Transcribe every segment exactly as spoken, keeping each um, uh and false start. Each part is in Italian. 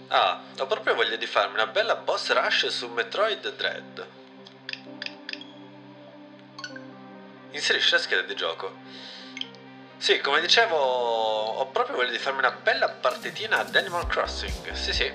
Ah, ho proprio voglia di farmi una bella boss rush su Metroid Dread. Inserisci la scheda di gioco. Sì, come dicevo, ho proprio voglia di farmi una bella partitina ad Animal Crossing. Sì, sì.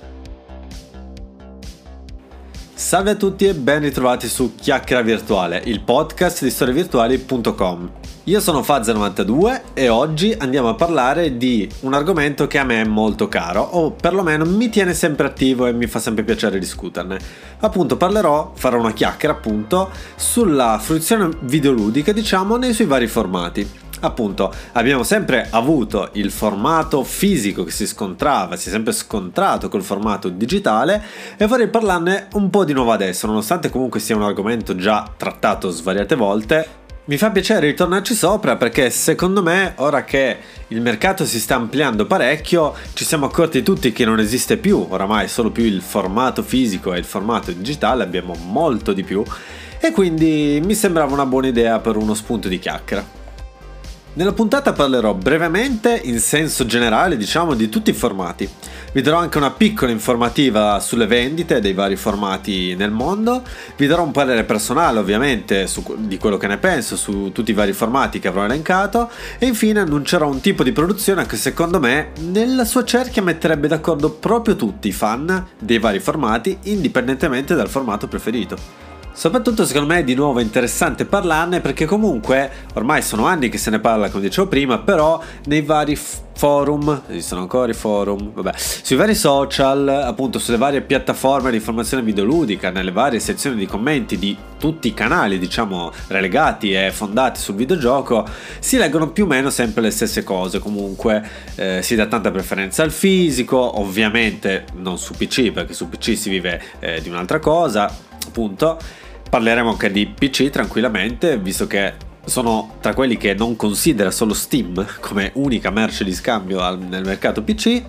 Salve a tutti e ben ritrovati su Chiacchiera Virtuale, il podcast di storie virtuali punto com. Io sono Fazza novantadue e oggi andiamo a parlare di un argomento che a me è molto caro, o perlomeno mi tiene sempre attivo e mi fa sempre piacere discuterne. Appunto parlerò, farò una chiacchiera appunto, sulla fruizione videoludica, diciamo, nei suoi vari formati. Appunto, abbiamo sempre avuto il formato fisico che si scontrava, si è sempre scontrato col formato digitale, e vorrei parlarne un po' di nuovo adesso, nonostante comunque sia un argomento già trattato svariate volte. Mi fa piacere ritornarci sopra perché secondo me, ora che il mercato si sta ampliando parecchio, ci siamo accorti tutti che non esiste più oramai solo più il formato fisico e il formato digitale, abbiamo molto di più, e quindi mi sembrava una buona idea per uno spunto di chiacchiera. Nella puntata parlerò brevemente, in senso generale, diciamo, di tutti i formati. Vi darò anche una piccola informativa sulle vendite dei vari formati nel mondo. Vi darò un parere personale, ovviamente, su, di quello che ne penso su tutti i vari formati che avrò elencato. E infine annuncerò un tipo di produzione che secondo me nella sua cerchia metterebbe d'accordo proprio tutti i fan dei vari formati, indipendentemente dal formato preferito. Soprattutto secondo me è di nuovo interessante parlarne perché comunque ormai sono anni che se ne parla, come dicevo prima, però nei vari f- forum, esistono ancora i forum, vabbè, sui vari social, appunto sulle varie piattaforme di informazione videoludica, nelle varie sezioni di commenti di tutti i canali, diciamo, relegati e fondati sul videogioco, si leggono più o meno sempre le stesse cose. Comunque eh, si dà tanta preferenza al fisico, ovviamente non su P C, perché su P C si vive eh, di un'altra cosa, appunto. Parleremo anche di P C tranquillamente, visto che sono tra quelli che non considera solo Steam come unica merce di scambio al, nel mercato P C.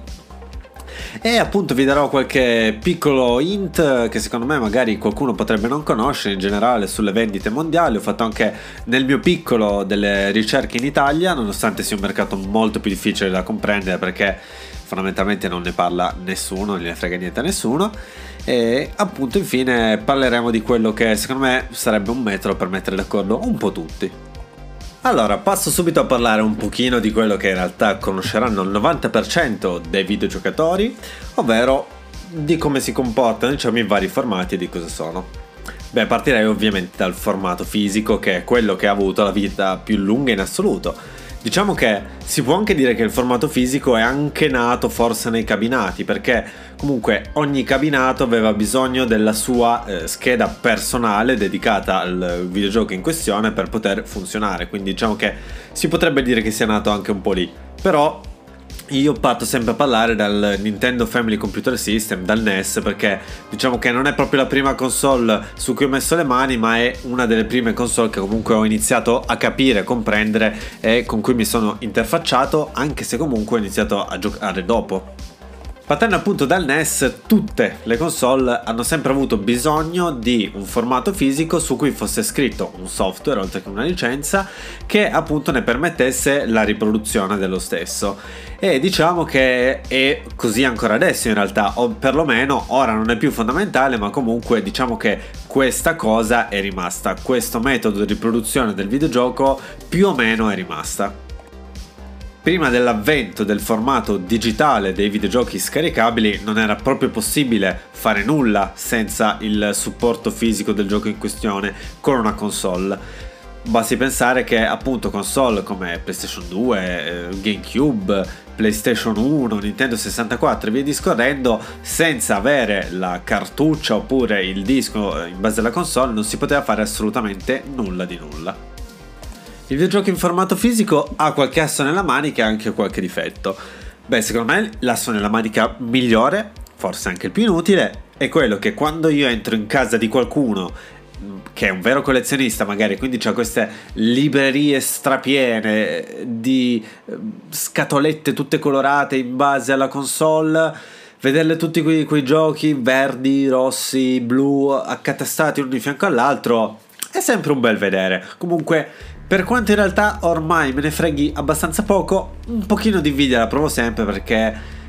E appunto vi darò qualche piccolo hint che secondo me magari qualcuno potrebbe non conoscere in generale sulle vendite mondiali. Ho fatto anche nel mio piccolo delle ricerche in Italia, nonostante sia un mercato molto più difficile da comprendere perché fondamentalmente non ne parla nessuno, non gliene frega niente a nessuno. E appunto infine parleremo di quello che secondo me sarebbe un metodo per mettere d'accordo un po' tutti. Allora, passo subito a parlare un pochino di quello che in realtà conosceranno il novanta per cento dei videogiocatori, ovvero di come si comportano, diciamo, i vari formati e di cosa sono. Beh, partirei ovviamente dal formato fisico, che è quello che ha avuto la vita più lunga in assoluto. Diciamo che si può anche dire che il formato fisico è anche nato forse nei cabinati, perché comunque ogni cabinato aveva bisogno della sua eh, scheda personale dedicata al videogioco in questione per poter funzionare, quindi diciamo che si potrebbe dire che sia nato anche un po' lì. Però io parto sempre a parlare dal Nintendo Family Computer System, dal N E S, perché diciamo che non è proprio la prima console su cui ho messo le mani, ma è una delle prime console che comunque ho iniziato a capire, a comprendere e con cui mi sono interfacciato, anche se comunque ho iniziato a giocare dopo. Partendo appunto dal N E S, tutte le console hanno sempre avuto bisogno di un formato fisico su cui fosse scritto un software, oltre che una licenza, che appunto ne permettesse la riproduzione dello stesso. E diciamo che è così ancora adesso in realtà, o perlomeno ora non è più fondamentale, ma comunque diciamo che questa cosa è rimasta, questo metodo di riproduzione del videogioco più o meno è rimasta. Prima dell'avvento del formato digitale dei videogiochi scaricabili non era proprio possibile fare nulla senza il supporto fisico del gioco in questione con una console. Basti pensare che appunto console come PlayStation due, GameCube, PlayStation uno, Nintendo sessantaquattro e via discorrendo, senza avere la cartuccia oppure il disco in base alla console non si poteva fare assolutamente nulla di nulla. Il videogioco in formato fisico ha qualche asso nella manica e anche qualche difetto. Beh, secondo me l'asso nella manica migliore, forse anche il più inutile, è quello che quando io entro in casa di qualcuno che è un vero collezionista magari, quindi c'ha queste librerie strapiene di scatolette tutte colorate in base alla console, vederle tutti quei, quei giochi verdi, rossi, blu accatastati uno di fianco all'altro è sempre un bel vedere. Comunque, per quanto in realtà ormai me ne freghi abbastanza poco, un pochino di invidia la provo sempre perché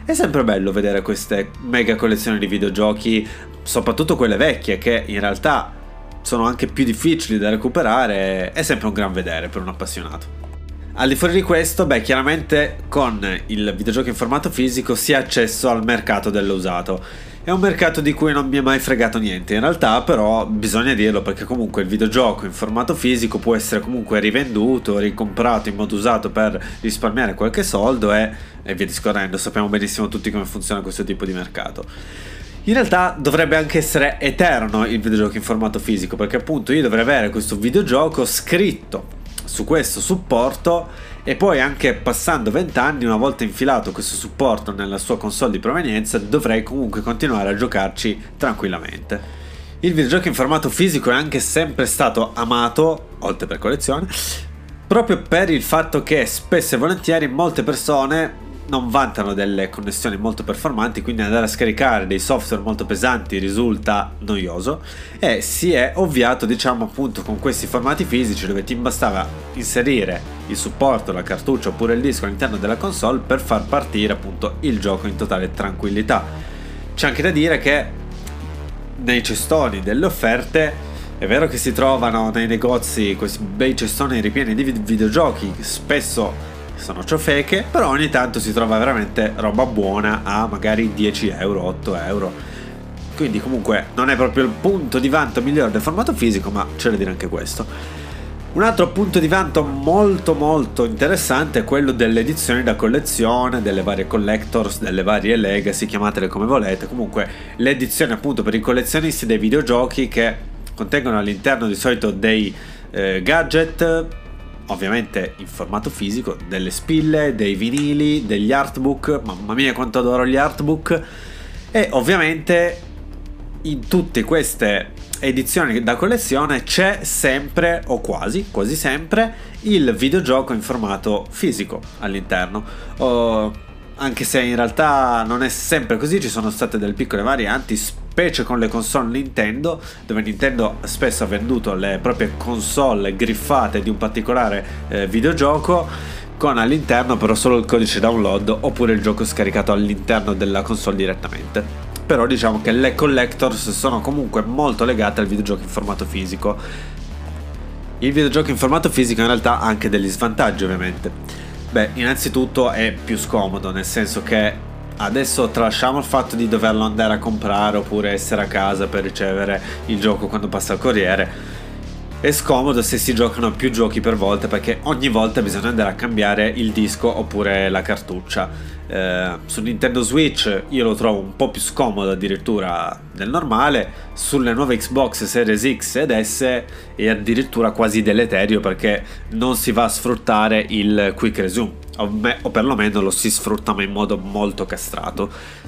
È sempre bello vedere queste mega collezioni di videogiochi, soprattutto quelle vecchie, che in realtà sono anche più difficili da recuperare. È sempre un gran vedere per un appassionato. Al di fuori di questo, beh, chiaramente con il videogioco in formato fisico si ha accesso al mercato dell'usato. È un mercato di cui non mi è mai fregato niente, in realtà, però bisogna dirlo, perché comunque il videogioco in formato fisico può essere comunque rivenduto, ricomprato in modo usato per risparmiare qualche soldo e, e via discorrendo. Sappiamo benissimo tutti come funziona questo tipo di mercato. In realtà dovrebbe anche essere eterno il videogioco in formato fisico, perché appunto io dovrei avere questo videogioco scritto su questo supporto e poi, anche passando vent'anni, una volta infilato questo supporto nella sua console di provenienza, dovrei comunque continuare a giocarci tranquillamente. Il videogioco in formato fisico è anche sempre stato amato, oltre per collezione, proprio per il fatto che spesso e volentieri molte persone non vantano delle connessioni molto performanti, quindi andare a scaricare dei software molto pesanti risulta noioso, e si è ovviato, diciamo, appunto con questi formati fisici dove ti bastava inserire il supporto, la cartuccia oppure il disco all'interno della console per far partire appunto il gioco in totale tranquillità. C'è anche da dire che nei cestoni delle offerte è vero che si trovano nei negozi questi bei cestoni ripieni di videogiochi, spesso sono ciofeche, però ogni tanto si trova veramente roba buona a magari dieci euro, otto euro. Quindi comunque non è proprio il punto di vanto migliore del formato fisico, ma c'è da dire anche questo. Un altro punto di vanto molto molto interessante è quello delle edizioni da collezione, delle varie collectors, delle varie legacy, chiamatele come volete. Comunque le edizioni appunto per i collezionisti dei videogiochi, che contengono all'interno di solito dei eh, gadget, ovviamente in formato fisico, delle spille, dei vinili, degli artbook. Mamma mia quanto adoro gli artbook. E ovviamente in tutte queste edizioni da collezione c'è sempre, o quasi, quasi sempre, il videogioco in formato fisico all'interno. Oh, anche se in realtà non è sempre così, ci sono state delle piccole varianti, specie con le console Nintendo, dove Nintendo spesso ha venduto le proprie console griffate di un particolare eh, videogioco, con all'interno però solo il codice download oppure il gioco scaricato all'interno della console direttamente. Però diciamo che le collectors sono comunque molto legate al videogioco in formato fisico. Il videogioco in formato fisico in realtà ha anche degli svantaggi, ovviamente. Beh, innanzitutto è più scomodo, nel senso che adesso tralasciamo il fatto di doverlo andare a comprare oppure essere a casa per ricevere il gioco quando passa il corriere. È scomodo se si giocano più giochi per volta, perché ogni volta bisogna andare a cambiare il disco oppure la cartuccia. Eh, su Nintendo Switch io lo trovo un po' più scomodo addirittura del normale, sulle nuove Xbox Series X ed S è addirittura quasi deleterio, perché non si va a sfruttare il Quick Resume, o, me, o perlomeno lo si sfrutta ma in modo molto castrato.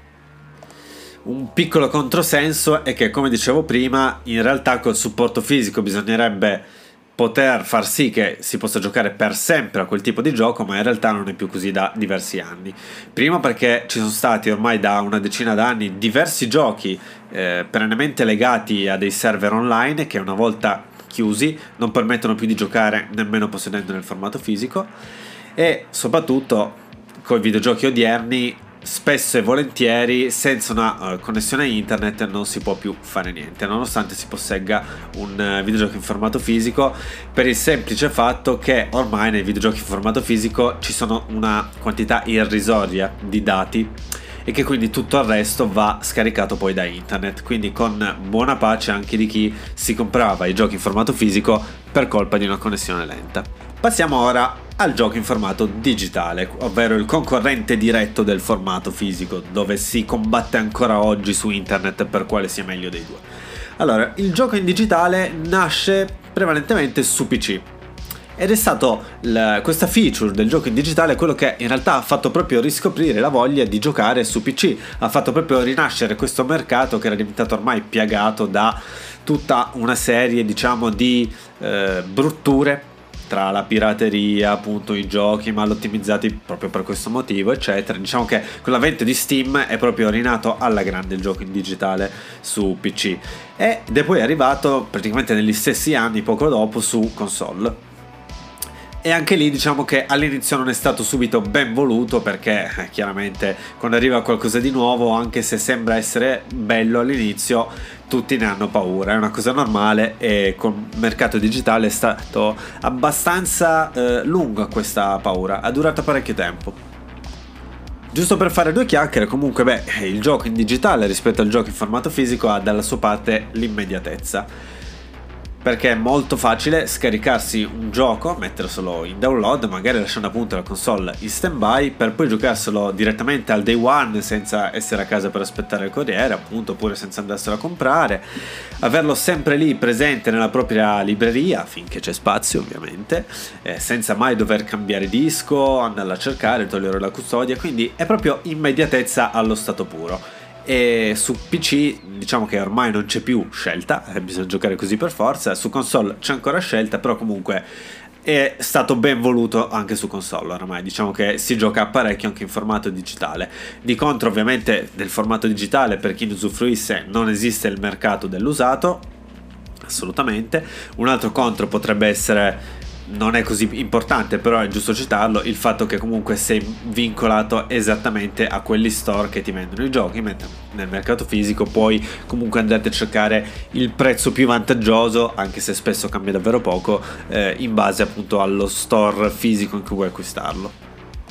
Un piccolo controsenso è che, come dicevo prima, in realtà col supporto fisico bisognerebbe poter far sì che si possa giocare per sempre a quel tipo di gioco, ma in realtà non è più così da diversi anni. Prima perché ci sono stati ormai da una decina d'anni diversi giochi eh, perennemente legati a dei server online che una volta chiusi non permettono più di giocare nemmeno possedendo nel formato fisico, e soprattutto con i videogiochi odierni spesso e volentieri senza una uh, connessione internet non si può più fare niente, nonostante si possegga un uh, videogioco in formato fisico, per il semplice fatto che ormai nei videogiochi in formato fisico ci sono una quantità irrisoria di dati e che quindi tutto il resto va scaricato poi da internet, quindi con buona pace anche di chi si comprava i giochi in formato fisico per colpa di una connessione lenta. Passiamo ora al gioco in formato digitale, ovvero il concorrente diretto del formato fisico, dove si combatte ancora oggi su internet per quale sia meglio dei due. Allora, il gioco in digitale nasce prevalentemente su P C ed è stato la, questa feature del gioco in digitale quello che in realtà ha fatto proprio riscoprire la voglia di giocare su P C, ha fatto proprio rinascere questo mercato che era diventato ormai piagato da tutta una serie, diciamo, di eh, brutture, tra la pirateria, appunto i giochi mal ottimizzati proprio per questo motivo, eccetera. Diciamo che con l'avvento di Steam è proprio rinato alla grande il gioco in digitale su P C ed è poi arrivato praticamente negli stessi anni, poco dopo, su console. E anche lì diciamo che all'inizio non è stato subito ben voluto, perché eh, chiaramente quando arriva qualcosa di nuovo, anche se sembra essere bello all'inizio, tutti ne hanno paura, è una cosa normale, e col mercato digitale è stato abbastanza eh, lunga questa paura, ha durato parecchio tempo. Giusto per fare due chiacchiere, comunque beh, il gioco in digitale rispetto al gioco in formato fisico ha dalla sua parte l'immediatezza, perché è molto facile scaricarsi un gioco, metterselo in download, magari lasciando appunto la console in stand-by, per poi giocarselo direttamente al day one senza essere a casa per aspettare il corriere, appunto, oppure senza andarselo a comprare, averlo sempre lì presente nella propria libreria, finché c'è spazio ovviamente, eh, senza mai dover cambiare disco, andarla a cercare, togliere la custodia, quindi è proprio immediatezza allo stato puro. E su P C diciamo che ormai non c'è più scelta, bisogna giocare così per forza. Su console c'è ancora scelta, però comunque è stato ben voluto anche su console ormai, diciamo che si gioca parecchio anche in formato digitale. Di contro ovviamente nel formato digitale, per chi ne usufruisse, non esiste il mercato dell'usato, assolutamente. Un altro contro potrebbe essere, non è così importante però è giusto citarlo, il fatto che comunque sei vincolato esattamente a quelli store che ti vendono i giochi, mentre nel mercato fisico puoi comunque andare a cercare il prezzo più vantaggioso, anche se spesso cambia davvero poco, eh, in base appunto allo store fisico in cui vuoi acquistarlo.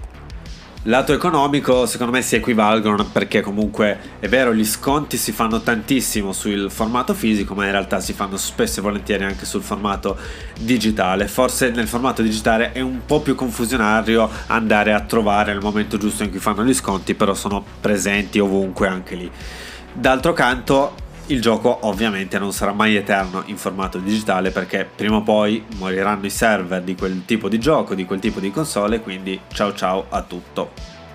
Lato economico secondo me si equivalgono, perché comunque è vero, gli sconti si fanno tantissimo sul formato fisico, ma in realtà si fanno spesso e volentieri anche sul formato digitale. Forse nel formato digitale è un po' più confusionario andare a trovare il momento giusto in cui fanno gli sconti, però sono presenti ovunque anche lì. D'altro canto il gioco ovviamente non sarà mai eterno in formato digitale, perché prima o poi moriranno i server di quel tipo di gioco, di quel tipo di console, quindi ciao ciao a tutto.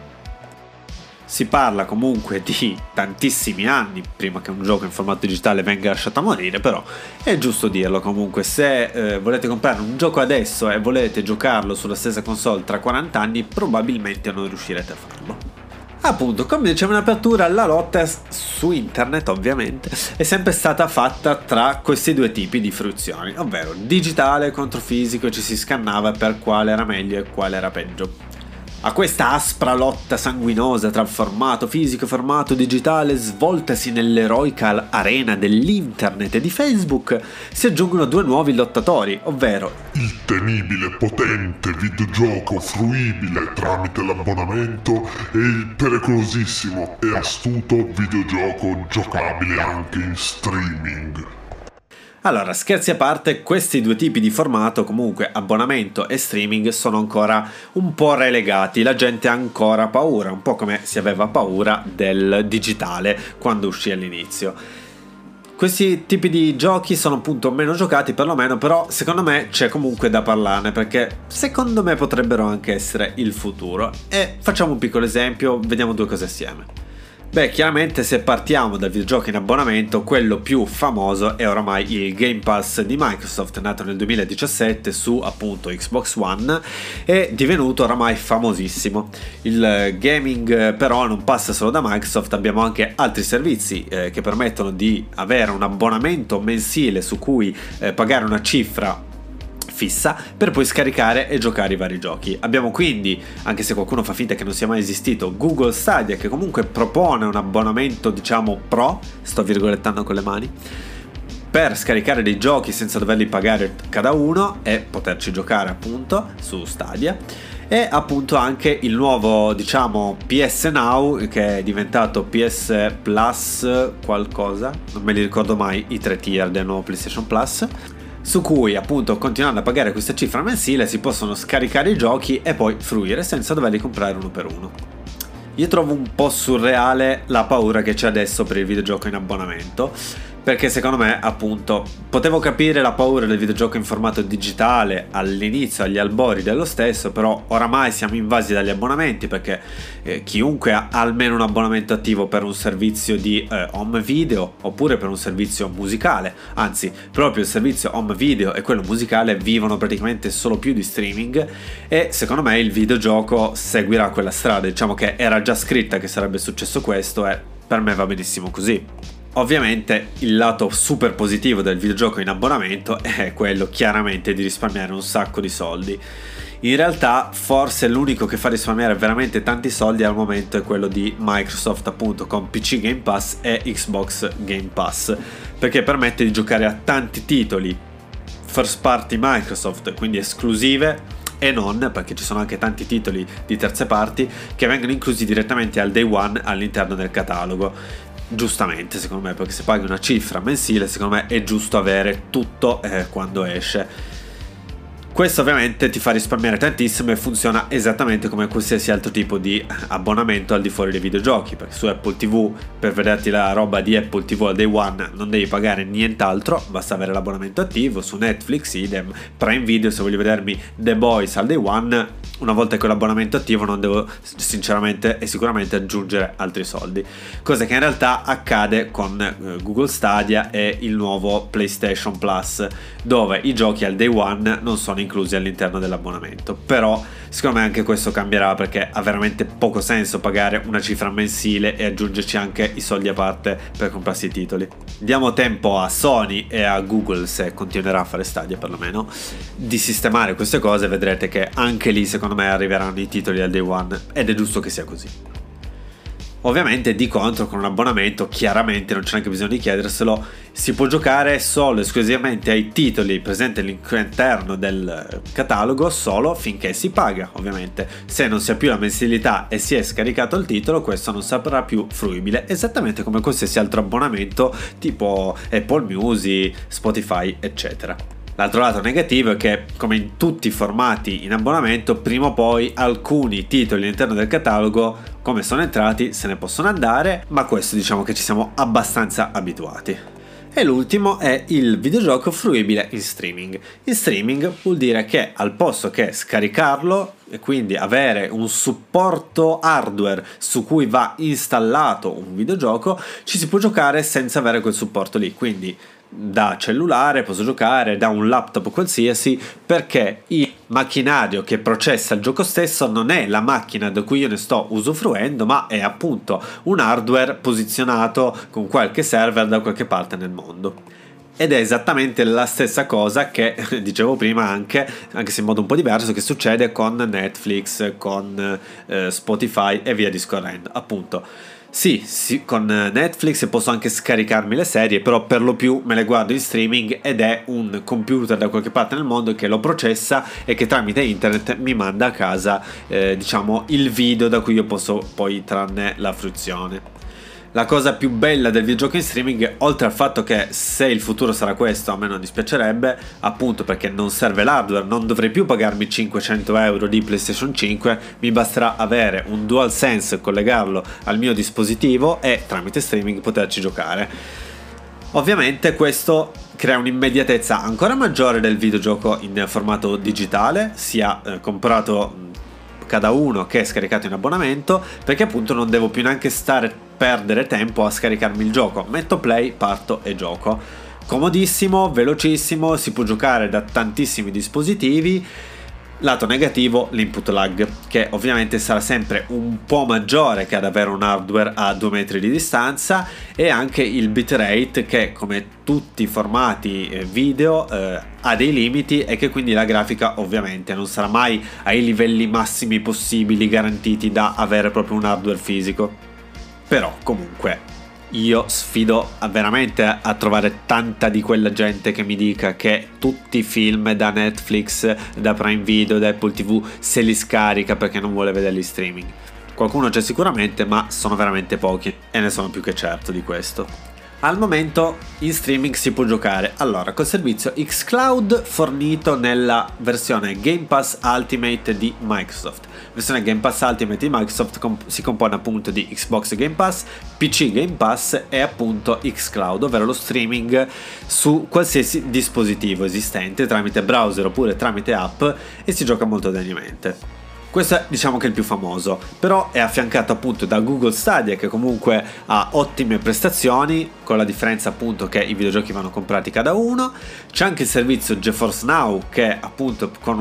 Si parla comunque di tantissimi anni prima che un gioco in formato digitale venga lasciato a morire, però è giusto dirlo comunque. Se eh, volete comprare un gioco adesso e volete giocarlo sulla stessa console tra quaranta anni, probabilmente non riuscirete a farlo. Appunto, come dicevo in apertura, la lotta su internet ovviamente è sempre stata fatta tra questi due tipi di fruizioni, ovvero digitale contro fisico, e ci si scannava per quale era meglio e quale era peggio. A questa aspra lotta sanguinosa tra formato fisico e formato digitale, svoltasi nell'eroica arena dell'internet e di Facebook, si aggiungono due nuovi lottatori, ovvero il temibile, potente videogioco fruibile tramite l'abbonamento e il pericolosissimo e astuto videogioco giocabile anche in streaming. Allora, scherzi a parte, questi due tipi di formato, comunque abbonamento e streaming, sono ancora un po' relegati. La gente ha ancora paura, un po' come si aveva paura del digitale quando uscì all'inizio. Questi tipi di giochi sono appunto meno giocati perlomeno, però secondo me c'è comunque da parlarne, perché secondo me potrebbero anche essere il futuro. E facciamo un piccolo esempio, vediamo due cose assieme. Beh, chiaramente se partiamo dal videogioco in abbonamento, quello più famoso è oramai il Game Pass di Microsoft, nato nel duemiladiciassette su appunto Xbox One, è divenuto oramai famosissimo. Il gaming però non passa solo da Microsoft, abbiamo anche altri servizi eh, che permettono di avere un abbonamento mensile su cui eh, pagare una cifra fissa per poi scaricare e giocare i vari giochi. Abbiamo quindi, anche se qualcuno fa finta che non sia mai esistito, Google Stadia, che comunque propone un abbonamento diciamo pro, sto virgolettando con le mani, per scaricare dei giochi senza doverli pagare cada uno e poterci giocare appunto su Stadia. E appunto anche il nuovo diciamo P S Now, che è diventato P S Plus qualcosa, non me li ricordo mai i tre tier del nuovo PlayStation Plus, su cui appunto continuando a pagare questa cifra mensile si possono scaricare i giochi e poi fruire senza doverli comprare uno per uno. Io trovo un po' surreale la paura che c'è adesso per il videogioco in abbonamento, perché secondo me appunto potevo capire la paura del videogioco in formato digitale all'inizio, agli albori dello stesso, però oramai siamo invasi dagli abbonamenti, perché eh, chiunque ha almeno un abbonamento attivo per un servizio di eh, home video oppure per un servizio musicale, anzi proprio il servizio home video e quello musicale vivono praticamente solo più di streaming, e secondo me il videogioco seguirà quella strada. Diciamo che era già scritta che sarebbe successo questo e per me va benissimo così. Ovviamente il lato super positivo del videogioco in abbonamento è quello chiaramente di risparmiare un sacco di soldi. In realtà forse l'unico che fa risparmiare veramente tanti soldi al momento è quello di Microsoft, appunto, con P C Game Pass e Xbox Game Pass, perché permette di giocare a tanti titoli first party Microsoft, quindi esclusive e non, perché ci sono anche tanti titoli di terze parti che vengono inclusi direttamente al day one all'interno del catalogo. Giustamente, secondo me, perché se paghi una cifra mensile, secondo me è giusto avere tutto eh, quando esce. Questo ovviamente ti fa risparmiare tantissimo e funziona esattamente come qualsiasi altro tipo di abbonamento al di fuori dei videogiochi, perché su Apple ti vu, per vederti la roba di Apple ti vu al day one, non devi pagare nient'altro, basta avere l'abbonamento attivo. Su Netflix idem, Prime Video, se voglio vedermi The Boys al day one, una volta che ho l'abbonamento attivo non devo sinceramente e sicuramente aggiungere altri soldi, cosa che in realtà accade con eh, Google Stadia e il nuovo PlayStation Plus, dove i giochi al day one non sono inclusi all'interno dell'abbonamento. Però secondo me anche questo cambierà, perché ha veramente poco senso pagare una cifra mensile e aggiungerci anche i soldi a parte per comprarsi i titoli. Diamo tempo a Sony e a Google, se continuerà a fare Stadia perlomeno, di sistemare queste cose, vedrete che anche lì secondo me arriveranno i titoli al day one, ed è giusto che sia così. Ovviamente di contro con un abbonamento chiaramente non c'è neanche bisogno di chiederselo, si può giocare solo e esclusivamente ai titoli presenti all'interno del catalogo solo finché si paga. Ovviamente se non si ha più la mensilità e si è scaricato il titolo, questo non sarà più fruibile, esattamente come qualsiasi altro abbonamento tipo Apple Music, Spotify eccetera. L'altro lato negativo è che, come in tutti i formati in abbonamento, prima o poi alcuni titoli all'interno del catalogo, come sono entrati, se ne possono andare, ma questo diciamo che ci siamo abbastanza abituati. E l'ultimo è il videogioco fruibile in streaming. In streaming vuol dire che al posto che scaricarlo e quindi avere un supporto hardware su cui va installato un videogioco, ci si può giocare senza avere quel supporto lì, quindi da cellulare posso giocare, da un laptop qualsiasi, perché il macchinario che processa il gioco stesso non è la macchina da cui io ne sto usufruendo, ma è appunto un hardware posizionato con qualche server da qualche parte nel mondo. Ed è esattamente la stessa cosa che dicevo prima, anche, anche se in modo un po' diverso, che succede con Netflix, con eh, Spotify e via discorrendo. Appunto sì, sì, con Netflix posso anche scaricarmi le serie, però per lo più me le guardo in streaming ed è un computer da qualche parte nel mondo che lo processa e che tramite internet mi manda a casa eh, diciamo il video da cui io posso poi trarne la fruizione. La cosa più bella del videogioco in streaming, oltre al fatto che se il futuro sarà questo a me non dispiacerebbe, appunto perché non serve l'hardware, non dovrei più pagarmi cinquecento euro di PlayStation cinque, mi basterà avere un DualSense, collegarlo al mio dispositivo e tramite streaming poterci giocare. Ovviamente questo crea un'immediatezza ancora maggiore del videogioco in formato digitale, sia eh, comprato cada uno che è scaricato in abbonamento, perché appunto non devo più neanche stare perdere tempo a scaricarmi il gioco, metto play, parto e gioco. Comodissimo, velocissimo, si può giocare da tantissimi dispositivi. Lato negativo, l'input lag, che ovviamente sarà sempre un po' maggiore che ad avere un hardware a due metri di distanza, e anche il bitrate che, come tutti i formati video, eh, ha dei limiti, e che quindi la grafica ovviamente non sarà mai ai livelli massimi possibili garantiti da avere proprio un hardware fisico. Però comunque io sfido a veramente a trovare tanta di quella gente che mi dica che tutti i film da Netflix, da Prime Video, da Apple ti vu se li scarica perché non vuole vederli in streaming. Qualcuno c'è sicuramente, ma sono veramente pochi, e ne sono più che certo di questo. Al momento in streaming si può giocare allora col servizio xCloud fornito nella versione Game Pass Ultimate di Microsoft. La versione Game Pass Ultimate di Microsoft comp- si compone appunto di Xbox Game Pass, P C Game Pass e appunto xCloud, ovvero lo streaming su qualsiasi dispositivo esistente tramite browser oppure tramite app, e si gioca molto degnamente. Questo è diciamo che è il più famoso, però è affiancato appunto da Google Stadia, che comunque ha ottime prestazioni, con la differenza appunto che i videogiochi vanno comprati cada uno. C'è anche il servizio GeForce Now, che appunto con uno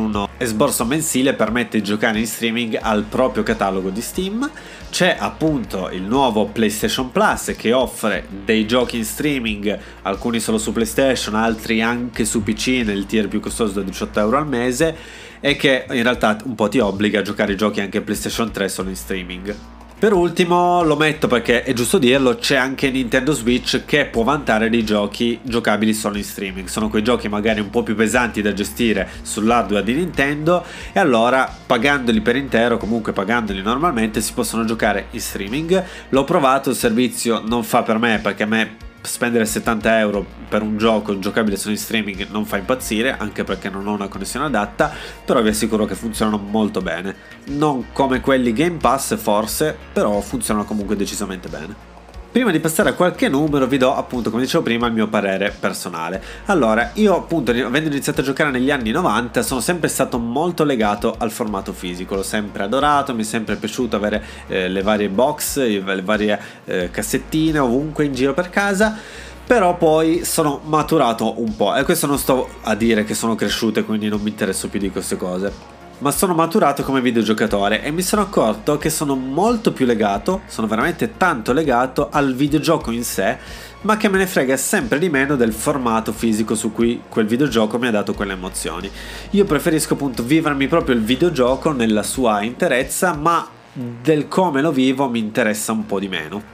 esborso mensile permette di giocare in streaming al proprio catalogo di Steam. C'è appunto il nuovo PlayStation Plus che offre dei giochi in streaming, alcuni solo su PlayStation, altri anche su P C nel tier più costoso da diciotto euro al mese, e che in realtà un po' ti obbliga a giocare i giochi anche PlayStation tre solo in streaming. Per ultimo, lo metto perché è giusto dirlo, c'è anche Nintendo Switch che può vantare dei giochi giocabili solo in streaming. Sono quei giochi magari un po' più pesanti da gestire sull'hardware di Nintendo, e allora pagandoli per intero, comunque pagandoli normalmente, si possono giocare in streaming. L'ho provato, il servizio non fa per me, perché a me spendere settanta euro per un gioco giocabile solo in streaming non fa impazzire, anche perché non ho una connessione adatta, però vi assicuro che funzionano molto bene. Non come quelli Game Pass forse, però funzionano comunque decisamente bene. Prima di passare a qualche numero vi do appunto, come dicevo prima, il mio parere personale. Allora, io appunto, avendo iniziato a giocare negli anni novanta, sono sempre stato molto legato al formato fisico, l'ho sempre adorato, mi è sempre piaciuto avere eh, le varie box, le varie eh, cassettine ovunque in giro per casa. Però poi sono maturato un po', e questo non sto a dire che sono cresciuto, quindi non mi interesso più di queste cose, ma sono maturato come videogiocatore e mi sono accorto che sono molto più legato, sono veramente tanto legato al videogioco in sé, ma che me ne frega sempre di meno del formato fisico su cui quel videogioco mi ha dato quelle emozioni. Io preferisco appunto vivermi proprio il videogioco nella sua interezza, ma del come lo vivo mi interessa un po' di meno.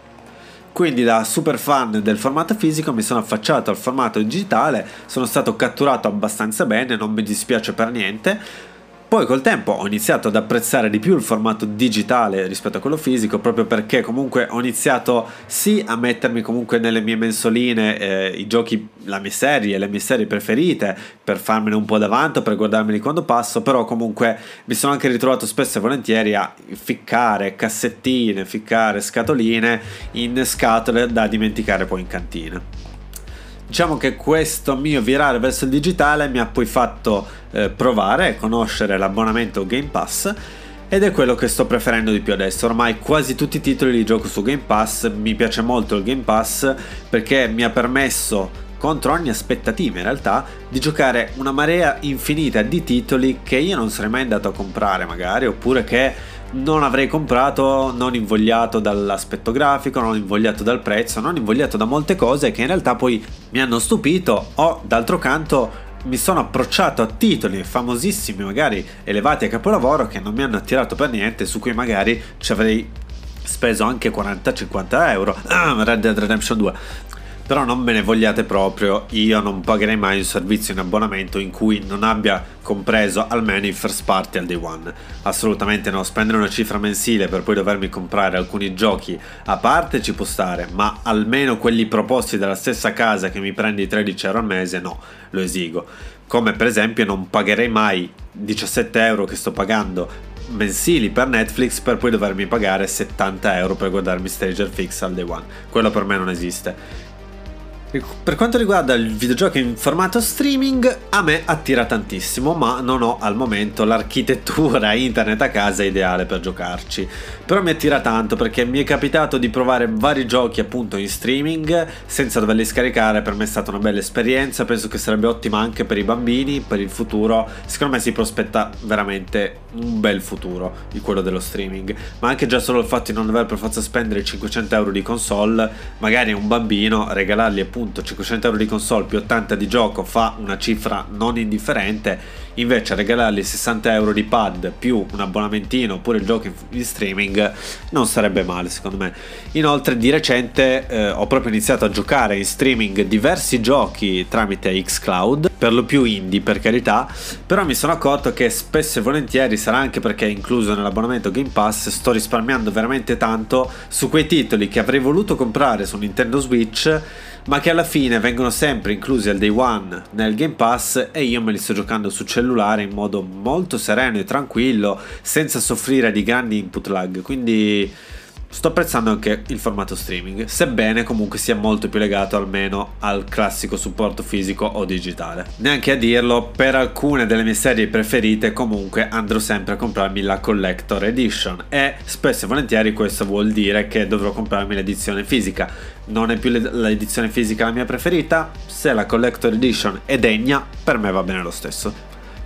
Quindi da super fan del formato fisico mi sono affacciato al formato digitale, sono stato catturato abbastanza bene, non mi dispiace per niente. Poi col tempo ho iniziato ad apprezzare di più il formato digitale rispetto a quello fisico, proprio perché comunque ho iniziato sì a mettermi comunque nelle mie mensoline eh, i giochi, la mia serie, le mie serie preferite, per farmene un po' davanti, per guardarmeli quando passo, però comunque mi sono anche ritrovato spesso e volentieri a ficcare cassettine, ficcare scatoline in scatole da dimenticare poi in cantina. Diciamo che questo mio virare verso il digitale mi ha poi fatto eh, provare e conoscere l'abbonamento Game Pass, ed è quello che sto preferendo di più adesso. Ormai quasi tutti i titoli li gioco su Game Pass, mi piace molto il Game Pass perché mi ha permesso, contro ogni aspettativa in realtà, di giocare una marea infinita di titoli che io non sarei mai andato a comprare magari, oppure che non avrei comprato, non invogliato dall'aspetto grafico, non invogliato dal prezzo, non invogliato da molte cose che in realtà poi mi hanno stupito, o d'altro canto mi sono approcciato a titoli famosissimi, magari elevati a capolavoro, che non mi hanno attirato per niente, su cui magari ci avrei speso anche quaranta cinquanta euro. ah, Red Dead Redemption due. Però non me ne vogliate proprio, io non pagherei mai un servizio in abbonamento in cui non abbia compreso almeno i first party al day one. Assolutamente no, spendere una cifra mensile per poi dovermi comprare alcuni giochi a parte ci può stare, ma almeno quelli proposti dalla stessa casa che mi prende i tredici euro al mese no, lo esigo. Come per esempio non pagherei mai diciassette euro che sto pagando mensili per Netflix per poi dovermi pagare settanta euro per guardarmi Stranger Things al day one. Quello per me non esiste. Per quanto riguarda il videogioco in formato streaming, a me attira tantissimo, ma non ho al momento l'architettura internet a casa ideale per giocarci. Però mi attira tanto perché mi è capitato di provare vari giochi appunto in streaming senza doverli scaricare. Per me è stata una bella esperienza, penso che sarebbe ottima anche per i bambini, per il futuro. Secondo me si prospetta veramente un bel futuro di quello dello streaming, ma anche già solo il fatto di non dover per forza spendere cinquecento euro di console, magari a un bambino regalargli appunto cinquecento euro di console più ottanta di gioco fa una cifra non indifferente. Invece regalargli sessanta euro di pad più un abbonamentino oppure il gioco in streaming non sarebbe male secondo me. Inoltre di recente eh, ho proprio iniziato a giocare in streaming diversi giochi tramite xCloud, per lo più indie per carità, però mi sono accorto che spesso e volentieri, sarà anche perché è incluso nell'abbonamento Game Pass, sto risparmiando veramente tanto su quei titoli che avrei voluto comprare su Nintendo Switch ma che alla fine vengono sempre inclusi al day one nel Game Pass, e io me li sto giocando su cellulare in modo molto sereno e tranquillo, senza soffrire di grandi input lag. Quindi sto apprezzando anche il formato streaming, sebbene comunque sia molto più legato almeno al classico supporto fisico o digitale. Neanche a dirlo, per alcune delle mie serie preferite comunque andrò sempre a comprarmi la Collector Edition, e spesso e volentieri questo vuol dire che dovrò comprarmi l'edizione fisica. Non è più l'edizione fisica la mia preferita? Se la Collector Edition è degna, per me va bene lo stesso.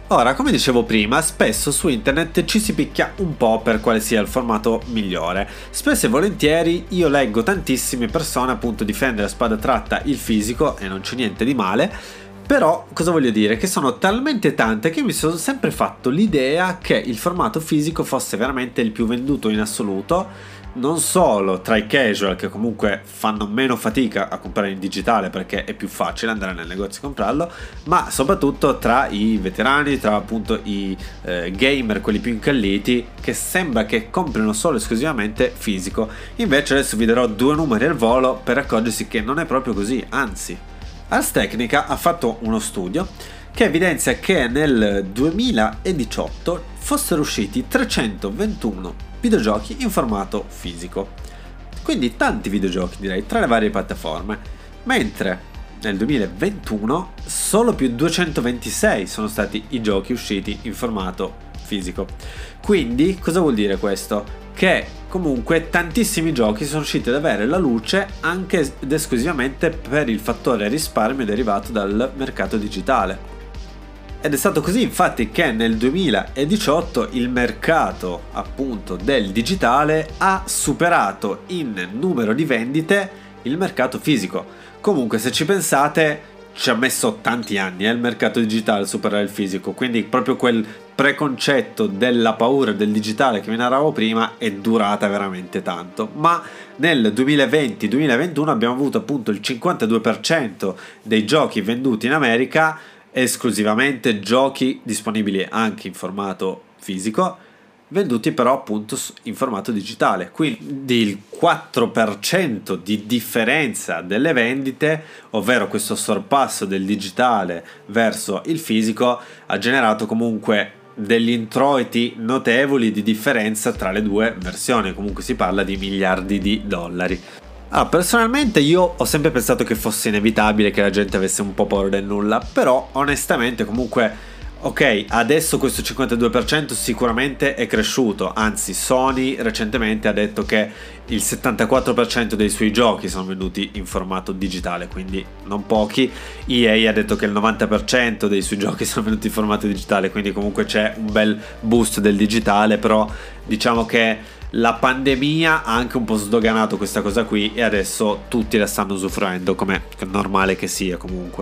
Ora, come dicevo prima, spesso su internet ci si picchia un po' per quale sia il formato migliore. Spesso e volentieri io leggo tantissime persone appunto difendere a spada tratta il fisico, e non c'è niente di male, però cosa voglio dire? Che sono talmente tante che mi sono sempre fatto l'idea che il formato fisico fosse veramente il più venduto in assoluto, non solo tra i casual che comunque fanno meno fatica a comprare in digitale perché è più facile andare nel negozio e comprarlo, ma soprattutto tra i veterani, tra appunto i eh, gamer, quelli più incalliti, che sembra che comprino solo e esclusivamente fisico. Invece adesso vi darò due numeri al volo per accorgersi che non è proprio così, anzi. Ars Technica ha fatto uno studio che evidenzia che nel duemiladiciotto fossero usciti trecentoventuno videogiochi in formato fisico, quindi tanti videogiochi direi tra le varie piattaforme, mentre nel duemilaventuno solo più duecentoventisei sono stati i giochi usciti in formato fisico. Quindi cosa vuol dire questo? Che comunque tantissimi giochi sono riusciti ad avere la luce anche ed esclusivamente per il fattore risparmio derivato dal mercato digitale. Ed è stato così infatti che nel duemiladiciotto il mercato appunto del digitale ha superato in numero di vendite il mercato fisico. Comunque se ci pensate ci ha messo tanti anni eh, il mercato digitale a superare il fisico, quindi proprio quel preconcetto della paura del digitale che vi narravo prima è durata veramente tanto. Ma nel duemilaventi duemilaventuno abbiamo avuto appunto il cinquantadue per cento dei giochi venduti in America esclusivamente giochi disponibili anche in formato fisico, venduti però appunto in formato digitale, quindi il quattro per cento di differenza delle vendite, ovvero questo sorpasso del digitale verso il fisico, ha generato comunque degli introiti notevoli di differenza tra le due versioni. Comunque si parla di miliardi di dollari. Ah, personalmente io ho sempre pensato che fosse inevitabile che la gente avesse un po' paura del nulla, però onestamente comunque, ok, adesso questo cinquantadue per cento sicuramente è cresciuto, anzi Sony recentemente ha detto che il settantaquattro per cento dei suoi giochi sono venduti in formato digitale, quindi non pochi. E A ha detto che il novanta per cento dei suoi giochi sono venuti in formato digitale, quindi comunque c'è un bel boost del digitale, però diciamo che la pandemia ha anche un po' sdoganato questa cosa qui e adesso tutti la stanno usufruendo, come è normale che sia comunque.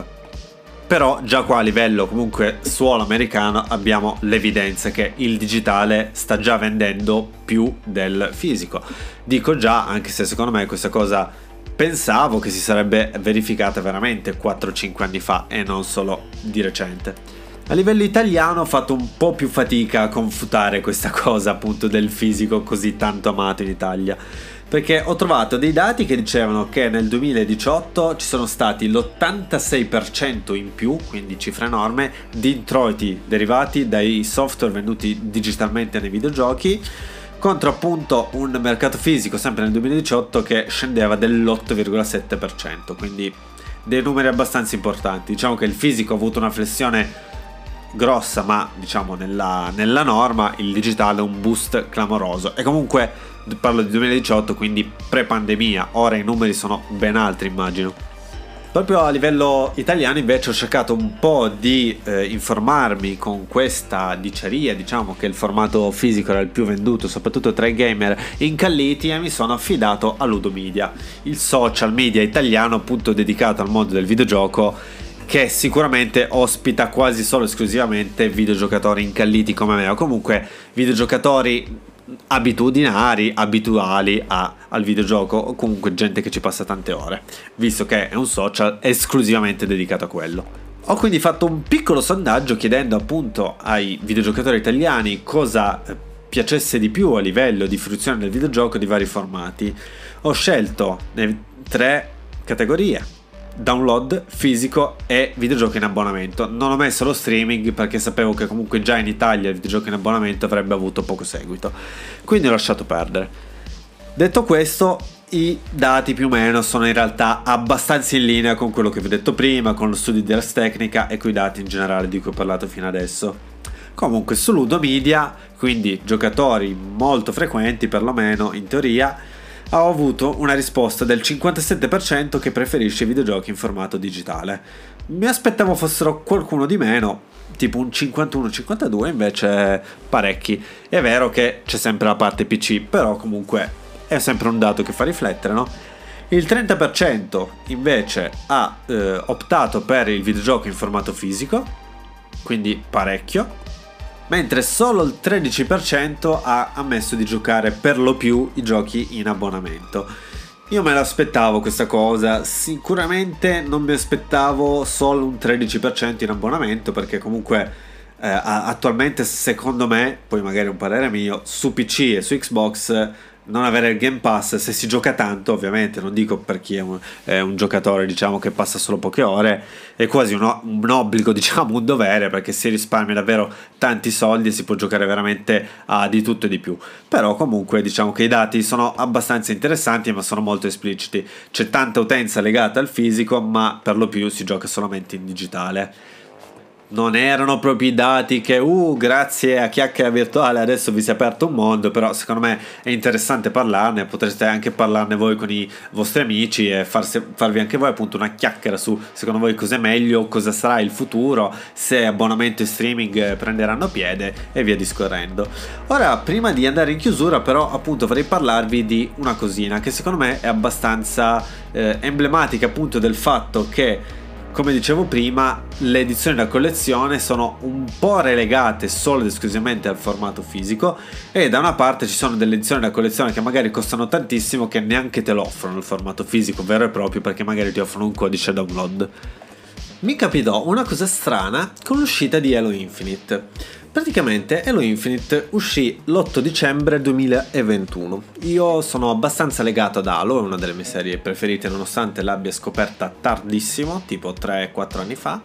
Però già qua a livello comunque suolo americano abbiamo l'evidenza che il digitale sta già vendendo più del fisico. Dico già, anche se secondo me questa cosa pensavo che si sarebbe verificata veramente quattro cinque anni fa e non solo di recente. A livello italiano ho fatto un po' più fatica a confutare questa cosa appunto del fisico così tanto amato in Italia, perché ho trovato dei dati che dicevano che nel duemiladiciotto ci sono stati l'ottantasei per cento in più, quindi cifra enorme, di introiti derivati dai software venduti digitalmente nei videogiochi, contro appunto un mercato fisico sempre nel duemiladiciotto che scendeva dell'otto virgola sette per cento, quindi dei numeri abbastanza importanti. Diciamo che il fisico ha avuto una flessione grossa, ma diciamo nella, nella norma il digitale un boost clamoroso. E comunque parlo di duemiladiciotto, quindi pre-pandemia, ora i numeri sono ben altri immagino. Proprio a livello italiano invece ho cercato un po' di eh, informarmi con questa diceria, diciamo che il formato fisico era il più venduto soprattutto tra i gamer incalliti, e mi sono affidato a Ludomedia, il social media italiano appunto dedicato al mondo del videogioco, che sicuramente ospita quasi solo esclusivamente videogiocatori incalliti come me, o comunque videogiocatori abitudinari, abituali a, al videogioco, o comunque gente che ci passa tante ore, visto che è un social esclusivamente dedicato a quello. Ho quindi fatto un piccolo sondaggio chiedendo appunto ai videogiocatori italiani cosa piacesse di più a livello di fruizione del videogioco di vari formati. Ho scelto le tre categorie: download, fisico e videogiochi in abbonamento. Non ho messo lo streaming perché sapevo che comunque già in Italia il videogioco in abbonamento avrebbe avuto poco seguito, quindi ho lasciato perdere. Detto questo, i dati più o meno sono in realtà abbastanza in linea con quello che vi ho detto prima, con lo studio di Ars Technica e con i dati in generale di cui ho parlato fino adesso. Comunque su Ludomedia, quindi giocatori molto frequenti perlomeno in teoria, ho avuto una risposta del cinquantasette per cento che preferisce i videogiochi in formato digitale. Mi aspettavo fossero qualcuno di meno, tipo un cinquantuno cinquantadue, invece parecchi. È vero che c'è sempre la parte P C, però comunque è sempre un dato che fa riflettere, no? Il trenta per cento invece ha eh, optato per il videogioco in formato fisico, quindi parecchio, mentre solo il tredici per cento ha ammesso di giocare per lo più i giochi in abbonamento. Io me l'aspettavo questa cosa, sicuramente non mi aspettavo solo un tredici per cento in abbonamento, perché comunque eh, attualmente secondo me, poi magari un parere mio, su P C e su Xbox non avere il Game Pass, se si gioca tanto, ovviamente, non dico per chi è un, è un giocatore, diciamo, che passa solo poche ore, è quasi un, un obbligo, diciamo, un dovere, perché si risparmia davvero tanti soldi e si può giocare veramente a di tutto e di più. Però comunque diciamo che i dati sono abbastanza interessanti, ma sono molto espliciti. C'è tanta utenza legata al fisico, ma per lo più si gioca solamente in digitale. Non erano proprio i dati che, uh, grazie a Chiacchiera Virtuale adesso vi si è aperto un mondo, però secondo me è interessante parlarne, potreste anche parlarne voi con i vostri amici e farsi, farvi anche voi appunto una chiacchiera su, secondo voi, cos'è meglio, cosa sarà il futuro, se abbonamento e streaming prenderanno piede e via discorrendo. Ora, prima di andare in chiusura, però, appunto vorrei parlarvi di una cosina che secondo me è abbastanza eh, emblematica appunto del fatto che, come dicevo prima, le edizioni da collezione sono un po' relegate solo ed esclusivamente al formato fisico, e da una parte ci sono delle edizioni da collezione che magari costano tantissimo, che neanche te lo offrono il formato fisico vero e proprio, perché magari ti offrono un codice download. Mi capitò una cosa strana con l'uscita di Halo Infinite. Praticamente Halo Infinite uscì l'otto dicembre duemilaventuno. Io sono abbastanza legato ad Halo, è una delle mie serie preferite nonostante l'abbia scoperta tardissimo, tipo tre quattro anni fa,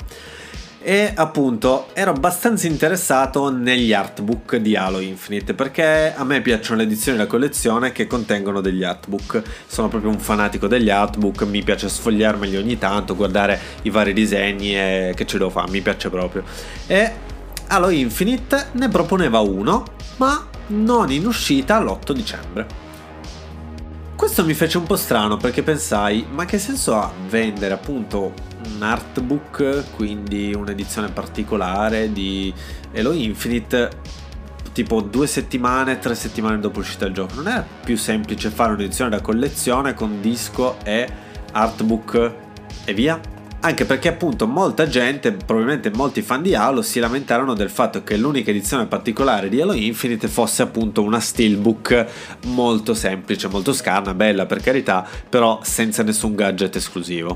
e appunto ero abbastanza interessato negli artbook di Halo Infinite, perché a me piacciono le edizioni da collezione che contengono degli artbook. Sono proprio un fanatico degli artbook, mi piace sfogliarmeli ogni tanto, guardare i vari disegni e che ce devo fare, mi piace proprio. E Halo Infinite ne proponeva uno, ma non in uscita l'otto dicembre. Questo mi fece un po' strano, perché pensai, ma che senso ha vendere appunto un artbook, quindi un'edizione particolare di Halo Infinite, tipo due settimane, tre settimane dopo l'uscita del gioco? Non era più semplice fare un'edizione da collezione con disco e artbook e via? Anche perché appunto molta gente, probabilmente molti fan di Halo, si lamentarono del fatto che l'unica edizione particolare di Halo Infinite fosse appunto una steelbook molto semplice, molto scarna, bella per carità, però senza nessun gadget esclusivo.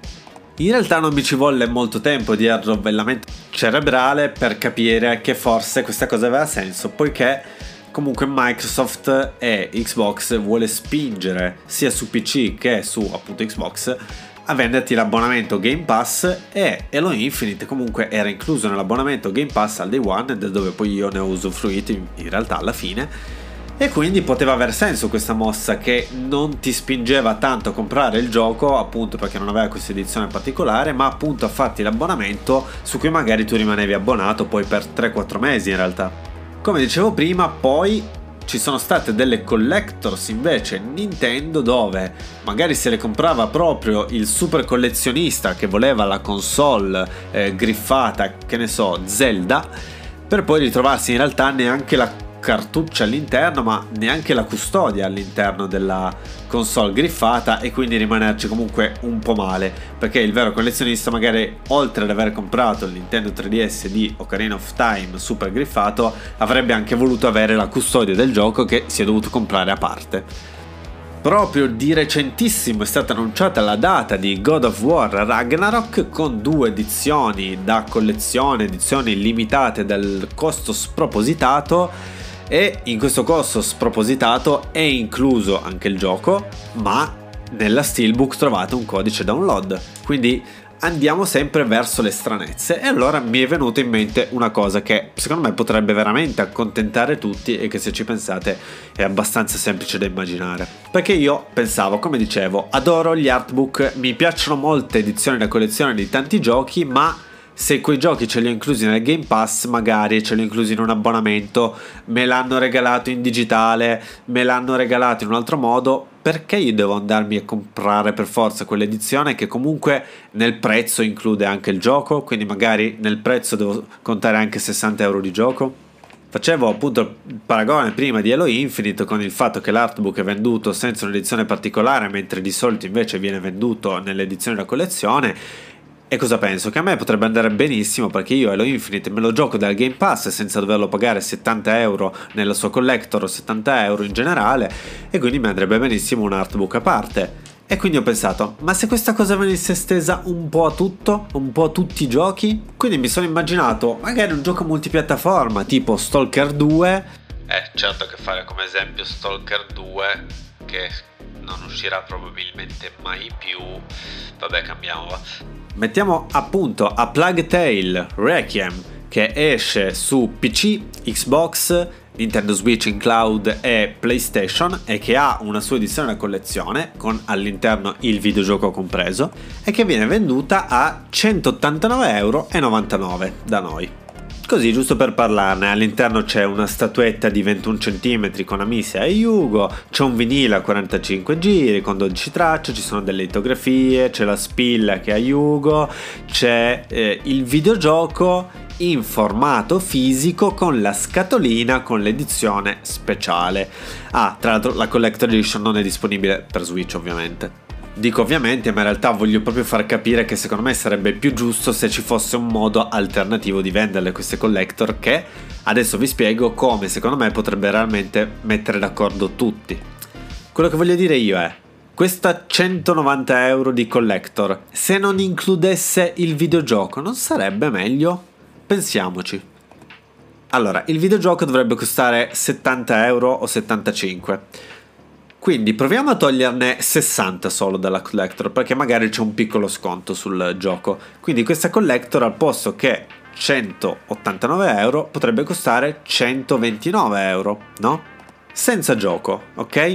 In realtà non mi ci volle molto tempo di arrovellamento cerebrale per capire che forse questa cosa aveva senso, poiché comunque Microsoft e Xbox vuole spingere sia su P C che su appunto Xbox a venderti l'abbonamento Game Pass, e Halo Infinite comunque era incluso nell'abbonamento Game Pass al day one, da dove poi io ne ho usufruito in, in realtà alla fine, e quindi poteva aver senso questa mossa che non ti spingeva tanto a comprare il gioco, appunto perché non aveva questa edizione particolare, ma appunto a farti l'abbonamento su cui magari tu rimanevi abbonato poi per tre quattro mesi in realtà. Come dicevo prima, poi ci sono state delle collectors invece Nintendo, dove magari se le comprava proprio il super collezionista che voleva la console eh, griffata, che ne so, Zelda, per poi ritrovarsi in realtà neanche la cartuccia all'interno, ma neanche la custodia all'interno della console griffata, e quindi rimanerci comunque un po' male, perché il vero collezionista magari, oltre ad aver comprato il Nintendo tre D S di Ocarina of Time super griffato, avrebbe anche voluto avere la custodia del gioco che si è dovuto comprare a parte. Proprio di recentissimo è stata annunciata la data di God of War Ragnarok, con due edizioni da collezione, edizioni limitate dal costo spropositato, e in questo costo spropositato è incluso anche il gioco, ma nella steelbook trovate un codice download, quindi andiamo sempre verso le stranezze. E allora mi è venuta in mente una cosa che secondo me potrebbe veramente accontentare tutti, e che, se ci pensate, è abbastanza semplice da immaginare. Perché io pensavo, come dicevo, adoro gli artbook, mi piacciono molte edizioni da collezione di tanti giochi, ma se quei giochi ce li ho inclusi nel Game Pass, magari ce li ho inclusi in un abbonamento, me l'hanno regalato in digitale, me l'hanno regalato in un altro modo, perché io devo andarmi a comprare per forza quell'edizione che comunque nel prezzo include anche il gioco, quindi magari nel prezzo devo contare anche sessanta euro di gioco? Facevo appunto il paragone prima di Halo Infinite con il fatto che l'artbook è venduto senza un'edizione particolare, mentre di solito invece viene venduto nell'edizione da collezione. E cosa penso? Che a me potrebbe andare benissimo, perché io Halo Infinite me lo gioco dal Game Pass senza doverlo pagare settanta euro nella sua collector o settanta euro in generale, e quindi mi andrebbe benissimo un artbook a parte. E quindi ho pensato, ma se questa cosa venisse estesa un po' a tutto, un po' a tutti i giochi? Quindi mi sono immaginato magari un gioco multipiattaforma tipo Stalker due. Eh, certo che fare come esempio Stalker due, che non uscirà probabilmente mai più. Vabbè, cambiamo, va. Mettiamo appunto A Plague Tale Requiem, che esce su P C, Xbox, Nintendo Switch in cloud e PlayStation, e che ha una sua edizione da collezione con all'interno il videogioco compreso, e che viene venduta a centottantanove euro e novantanove da noi. Così, giusto per parlarne, all'interno c'è una statuetta di ventuno centimetri con Amicia e Yugo, c'è un vinile a quarantacinque giri con dodici tracce, ci sono delle litografie, c'è la spilla che ha Yugo, c'è eh, il videogioco in formato fisico con la scatolina con l'edizione speciale. Ah, tra l'altro la Collector Edition non è disponibile per Switch, ovviamente. Dico ovviamente, ma in realtà voglio proprio far capire che secondo me sarebbe più giusto se ci fosse un modo alternativo di venderle queste collector, che adesso vi spiego come secondo me potrebbe realmente mettere d'accordo tutti. Quello che voglio dire io è: questa centonovanta euro di collector, se non includesse il videogioco, non sarebbe meglio? Pensiamoci. Allora, il videogioco dovrebbe costare settanta euro o settantacinque. Quindi proviamo a toglierne sessanta solo dalla collector, perché magari c'è un piccolo sconto sul gioco. Quindi questa collector, al posto che centottantanove euro, potrebbe costare centoventinove euro, no? Senza gioco, ok?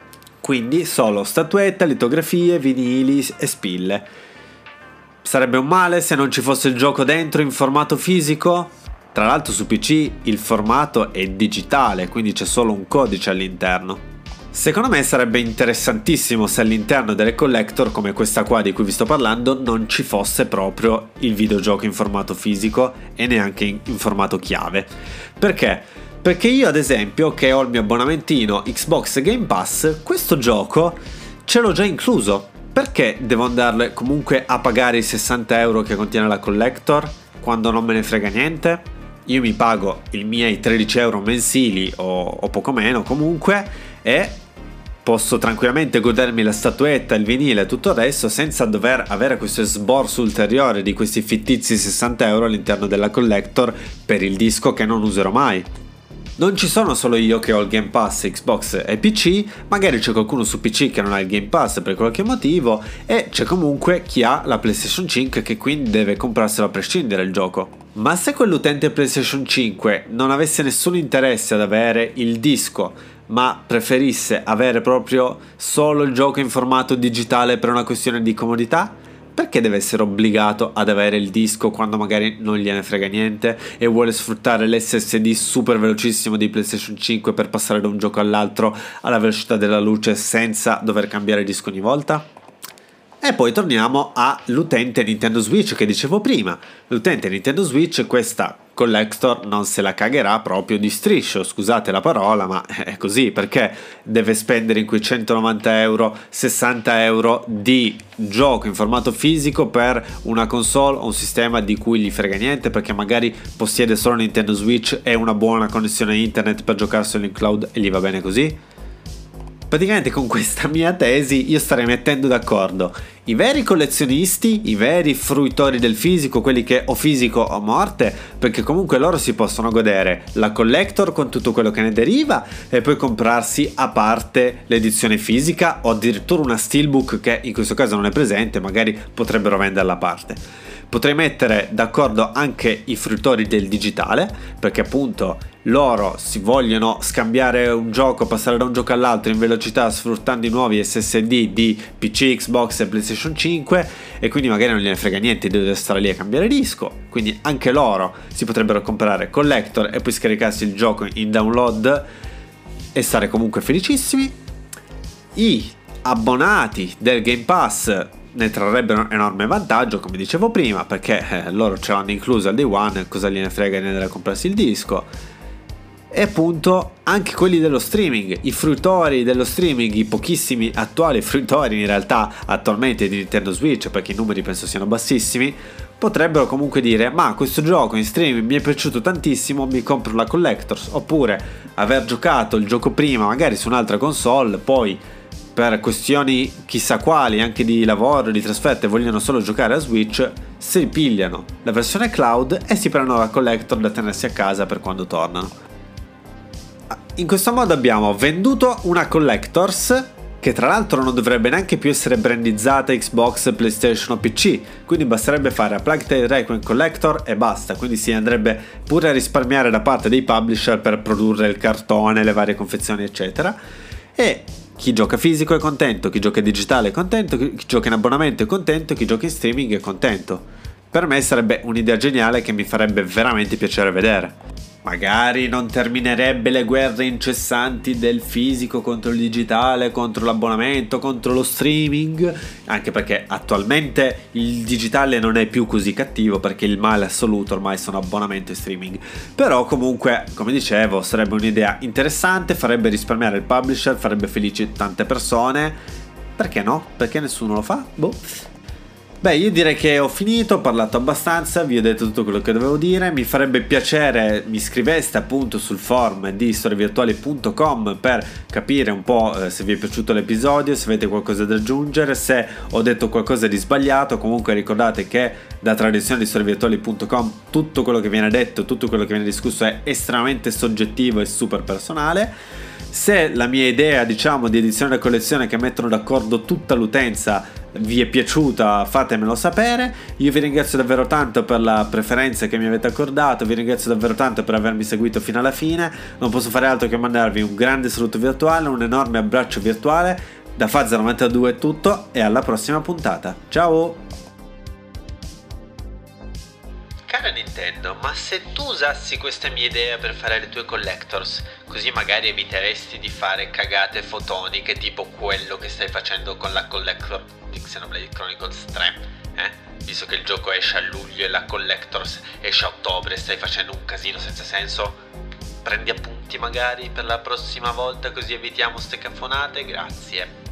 Quindi solo statuetta, litografie, vinili e spille. Sarebbe un male se non ci fosse il gioco dentro in formato fisico? Tra l'altro su P C il formato è digitale, quindi c'è solo un codice all'interno. Secondo me sarebbe interessantissimo se all'interno delle collector come questa qua di cui vi sto parlando non ci fosse proprio il videogioco in formato fisico e neanche in, in formato chiave. Perché? Perché io ad esempio, che ho il mio abbonamentino Xbox Game Pass, questo gioco ce l'ho già incluso. Perché devo andarle comunque a pagare i sessanta euro che contiene la collector quando non me ne frega niente? Io mi pago i miei tredici euro mensili o, o poco meno comunque, e posso tranquillamente godermi la statuetta, il vinile e tutto il resto senza dover avere questo esborso ulteriore di questi fittizi sessanta euro all'interno della collector per il disco che non userò mai. Non ci sono solo io che ho il Game Pass Xbox e P C, magari c'è qualcuno su P C che non ha il Game Pass per qualche motivo, e c'è comunque chi ha la PlayStation cinque che quindi deve comprarselo a prescindere il gioco. Ma se quell'utente PlayStation cinque non avesse nessun interesse ad avere il disco, ma preferisse avere proprio solo il gioco in formato digitale per una questione di comodità, perché deve essere obbligato ad avere il disco quando magari non gliene frega niente e vuole sfruttare l'S S D super velocissimo di PlayStation cinque per passare da un gioco all'altro alla velocità della luce senza dover cambiare disco ogni volta? E poi torniamo all'utente Nintendo Switch che dicevo prima. L'utente Nintendo Switch questa collector non se la cagherà proprio di striscio, scusate la parola, ma è così, perché deve spendere in quei centonovanta euro sessanta euro di gioco in formato fisico per una console o un sistema di cui gli frega niente, perché magari possiede solo Nintendo Switch e una buona connessione internet per giocarselo in cloud e gli va bene così? Praticamente con questa mia tesi io starei mettendo d'accordo i veri collezionisti, i veri fruitori del fisico, quelli che o fisico o morte, perché comunque loro si possono godere la collector con tutto quello che ne deriva e poi comprarsi a parte l'edizione fisica o addirittura una steelbook che in questo caso non è presente, magari potrebbero venderla a parte. Potrei mettere d'accordo anche i fruitori del digitale, perché appunto loro si vogliono scambiare un gioco, passare da un gioco all'altro in velocità sfruttando i nuovi S S D di P C, Xbox e PlayStation cinque, e quindi magari non gliene frega niente di dover stare lì a cambiare disco, quindi anche loro si potrebbero comprare Collector e poi scaricarsi il gioco in download e stare comunque felicissimi. I abbonati del Game Pass ne trarrebbero enorme vantaggio, come dicevo prima, perché eh, loro ce l'hanno incluso al day one, cosa gliene frega di andare a comprarsi il disco. E appunto anche quelli dello streaming, i fruitori dello streaming, i pochissimi attuali fruitori in realtà attualmente di Nintendo Switch, perché i numeri penso siano bassissimi, potrebbero comunque dire: ma questo gioco in streaming mi è piaciuto tantissimo, mi compro la Collectors. Oppure aver giocato il gioco prima magari su un'altra console, poi per questioni chissà quali, anche di lavoro, di trasferte, vogliono solo giocare a Switch, si pigliano la versione cloud e si prendono la Collector da tenersi a casa per quando tornano. In questo modo abbiamo venduto una Collectors che tra l'altro non dovrebbe neanche più essere brandizzata Xbox, PlayStation o P C, quindi basterebbe fare a Plague Tale Requiem Collector e basta, quindi si andrebbe pure a risparmiare da parte dei publisher per produrre il cartone, le varie confezioni eccetera, e chi gioca fisico è contento, chi gioca digitale è contento, chi gioca in abbonamento è contento, chi gioca in streaming è contento. Per me sarebbe un'idea geniale che mi farebbe veramente piacere vedere. Magari non terminerebbe le guerre incessanti del fisico contro il digitale, contro l'abbonamento, contro lo streaming, anche perché attualmente il digitale non è più così cattivo, perché il male assoluto ormai sono abbonamento e streaming. Però comunque, come dicevo, sarebbe un'idea interessante, farebbe risparmiare il publisher, farebbe felici tante persone. Perché no? Perché nessuno lo fa? Boh. Beh, io direi che ho finito, ho parlato abbastanza, vi ho detto tutto quello che dovevo dire. Mi farebbe piacere mi iscriveste appunto sul forum di storievirtuali punto com per capire un po' eh, se vi è piaciuto l'episodio, se avete qualcosa da aggiungere, se ho detto qualcosa di sbagliato. Comunque ricordate che da tradizione di storievirtuali punto com tutto quello che viene detto, tutto quello che viene discusso è estremamente soggettivo e super personale. Se la mia idea, diciamo, di edizione da collezione che mettono d'accordo tutta l'utenza vi è piaciuta, fatemelo sapere. Io vi ringrazio davvero tanto per la preferenza che mi avete accordato, vi ringrazio davvero tanto per avermi seguito fino alla fine. Non posso fare altro che mandarvi un grande saluto virtuale, un enorme abbraccio virtuale. Da Fazza novantadue è tutto e alla prossima puntata. Ciao! Cara Nintendo, ma se tu usassi questa mia idea per fare le tue collectors, così magari eviteresti di fare cagate fotoniche tipo quello che stai facendo con la collector di Xenoblade Chronicles tre, eh? Visto che il gioco esce a luglio e la collectors esce a ottobre, stai facendo un casino senza senso? Prendi appunti magari per la prossima volta, così evitiamo ste caffonate, grazie.